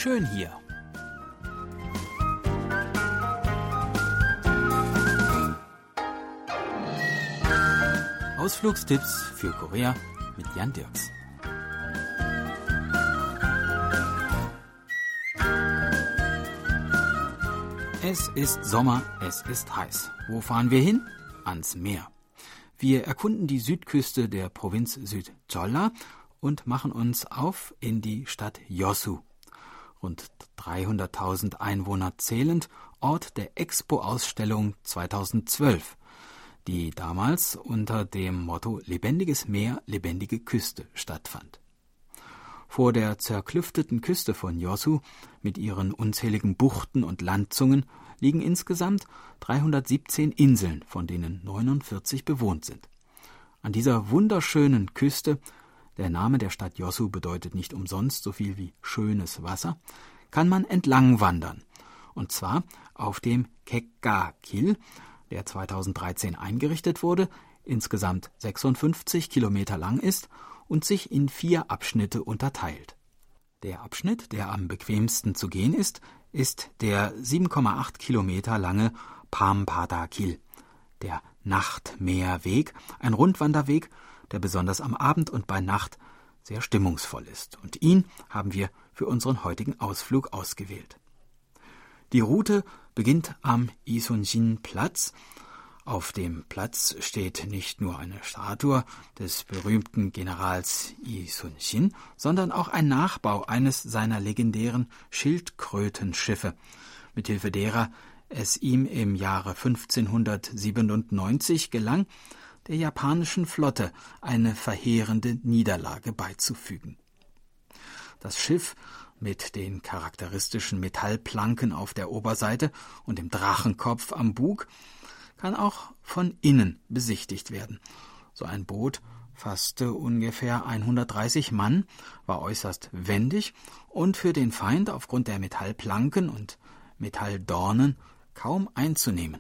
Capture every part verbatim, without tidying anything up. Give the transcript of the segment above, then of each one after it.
schön hier. Ausflugstipps für Korea mit Jan Dirks. Es ist Sommer, es ist heiß. Wo fahren wir hin? Ans Meer. Wir erkunden die Südküste der Provinz Südjeolla und machen uns auf in die Stadt Yeosu. Rund dreihunderttausend Einwohner zählend, Ort der Expo-Ausstellung zweitausendzwölf, die damals unter dem Motto Lebendiges Meer, lebendige Küste stattfand. Vor der zerklüfteten Küste von Yeosu mit ihren unzähligen Buchten und Landzungen liegen insgesamt dreihundertsiebzehn Inseln, von denen neunundvierzig bewohnt sind. An dieser wunderschönen Küste, der Name der Stadt Yeosu bedeutet nicht umsonst so viel wie schönes Wasser, kann man entlang wandern. Und zwar auf dem Kekga-Kil, der zweitausenddreizehn eingerichtet wurde, insgesamt sechsundfünfzig Kilometer lang ist und sich in vier Abschnitte unterteilt. Der Abschnitt, der am bequemsten zu gehen ist, ist der sieben Komma acht Kilometer lange Pampada-Kil, der Nachtmeerweg, ein Rundwanderweg, der besonders am Abend und bei Nacht sehr stimmungsvoll ist. Und ihn haben wir für unseren heutigen Ausflug ausgewählt. Die Route beginnt am Isunjin-Platz. Auf dem Platz steht nicht nur eine Statue des berühmten Generals Isunjin, sondern auch ein Nachbau eines seiner legendären Schildkrötenschiffe, mithilfe derer es ihm im Jahre fünfzehnhundertsiebenundneunzig gelang, der japanischen Flotte eine verheerende Niederlage beizufügen. Das Schiff mit den charakteristischen Metallplanken auf der Oberseite und dem Drachenkopf am Bug kann auch von innen besichtigt werden. So ein Boot fasste ungefähr hundertdreißig Mann, war äußerst wendig und für den Feind aufgrund der Metallplanken und Metalldornen kaum einzunehmen.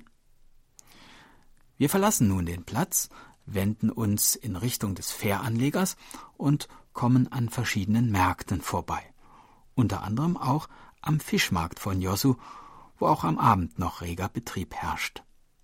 Wir verlassen nun den Platz, wenden uns in Richtung des Fähranlegers und kommen an verschiedenen Märkten vorbei. Unter anderem auch am Fischmarkt von Yeosu, wo auch am Abend noch reger Betrieb herrscht.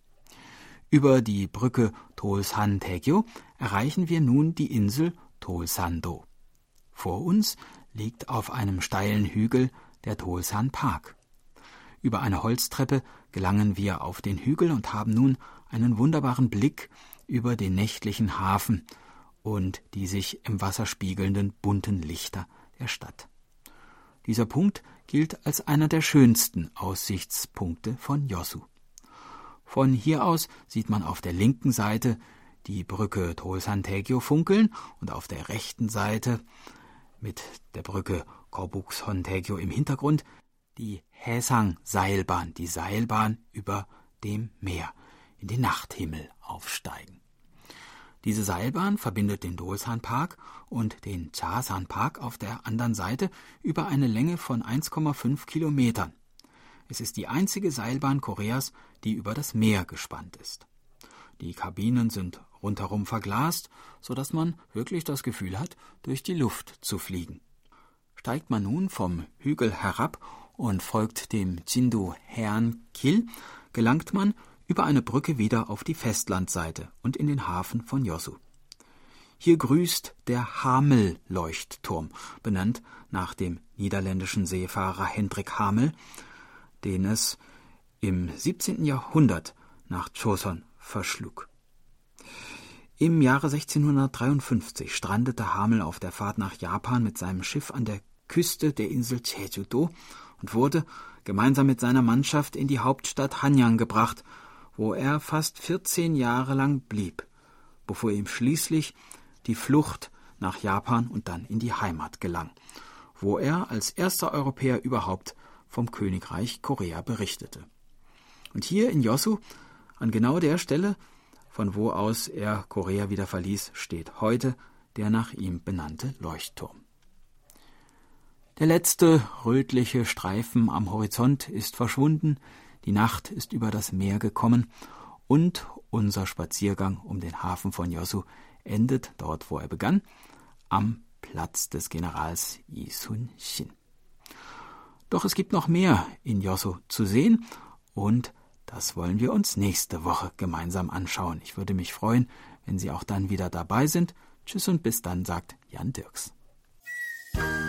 Über die Brücke Dolsan-taegyo erreichen wir nun die Insel Dolsan-do. Vor uns liegt auf einem steilen Hügel der Dolsan-Park. Über eine Holztreppe gelangen wir auf den Hügel und haben nun einen wunderbaren Blick über den nächtlichen Hafen und die sich im Wasser spiegelnden bunten Lichter der Stadt. Dieser Punkt gilt als einer der schönsten Aussichtspunkte von Yeosu. Von hier aus sieht man auf der linken Seite die Brücke Dolsan-taegyo funkeln und auf der rechten Seite mit der Brücke Korbukson-taegyo im Hintergrund die Haesang-Seilbahn, die Seilbahn über dem Meer, in den Nachthimmel aufsteigen. Diese Seilbahn verbindet den Dolsan-Park und den Chasan-Park auf der anderen Seite über eine Länge von eins Komma fünf Kilometern. Es ist die einzige Seilbahn Koreas, die über das Meer gespannt ist. Die Kabinen sind rundherum verglast, sodass man wirklich das Gefühl hat, durch die Luft zu fliegen. Steigt man nun vom Hügel herab und folgt dem Jindu-Haean-Kil, gelangt man über eine Brücke wieder auf die Festlandseite und in den Hafen von Yeosu. Hier grüßt der Hamel-Leuchtturm, benannt nach dem niederländischen Seefahrer Hendrik Hamel, den es im siebzehnten Jahrhundert nach Joseon verschlug. Im Jahre sechzehnhundertdreiundfünfzig strandete Hamel auf der Fahrt nach Japan mit seinem Schiff an der Küste der Insel Jeju-do und wurde gemeinsam mit seiner Mannschaft in die Hauptstadt Hanyang gebracht, wo er fast vierzehn Jahre lang blieb, bevor ihm schließlich die Flucht nach Japan und dann in die Heimat gelang, wo er als erster Europäer überhaupt vom Königreich Korea berichtete. Und hier in Yeosu, an genau der Stelle, von wo aus er Korea wieder verließ, steht heute der nach ihm benannte Leuchtturm. Der letzte rötliche Streifen am Horizont ist verschwunden, die Nacht ist über das Meer gekommen und unser Spaziergang um den Hafen von Yeosu endet dort, wo er begann, am Platz des Generals Isunjin. Doch es gibt noch mehr in Josso zu sehen und das wollen wir uns nächste Woche gemeinsam anschauen. Ich würde mich freuen, wenn Sie auch dann wieder dabei sind. Tschüss und bis dann, sagt Jan Dirks.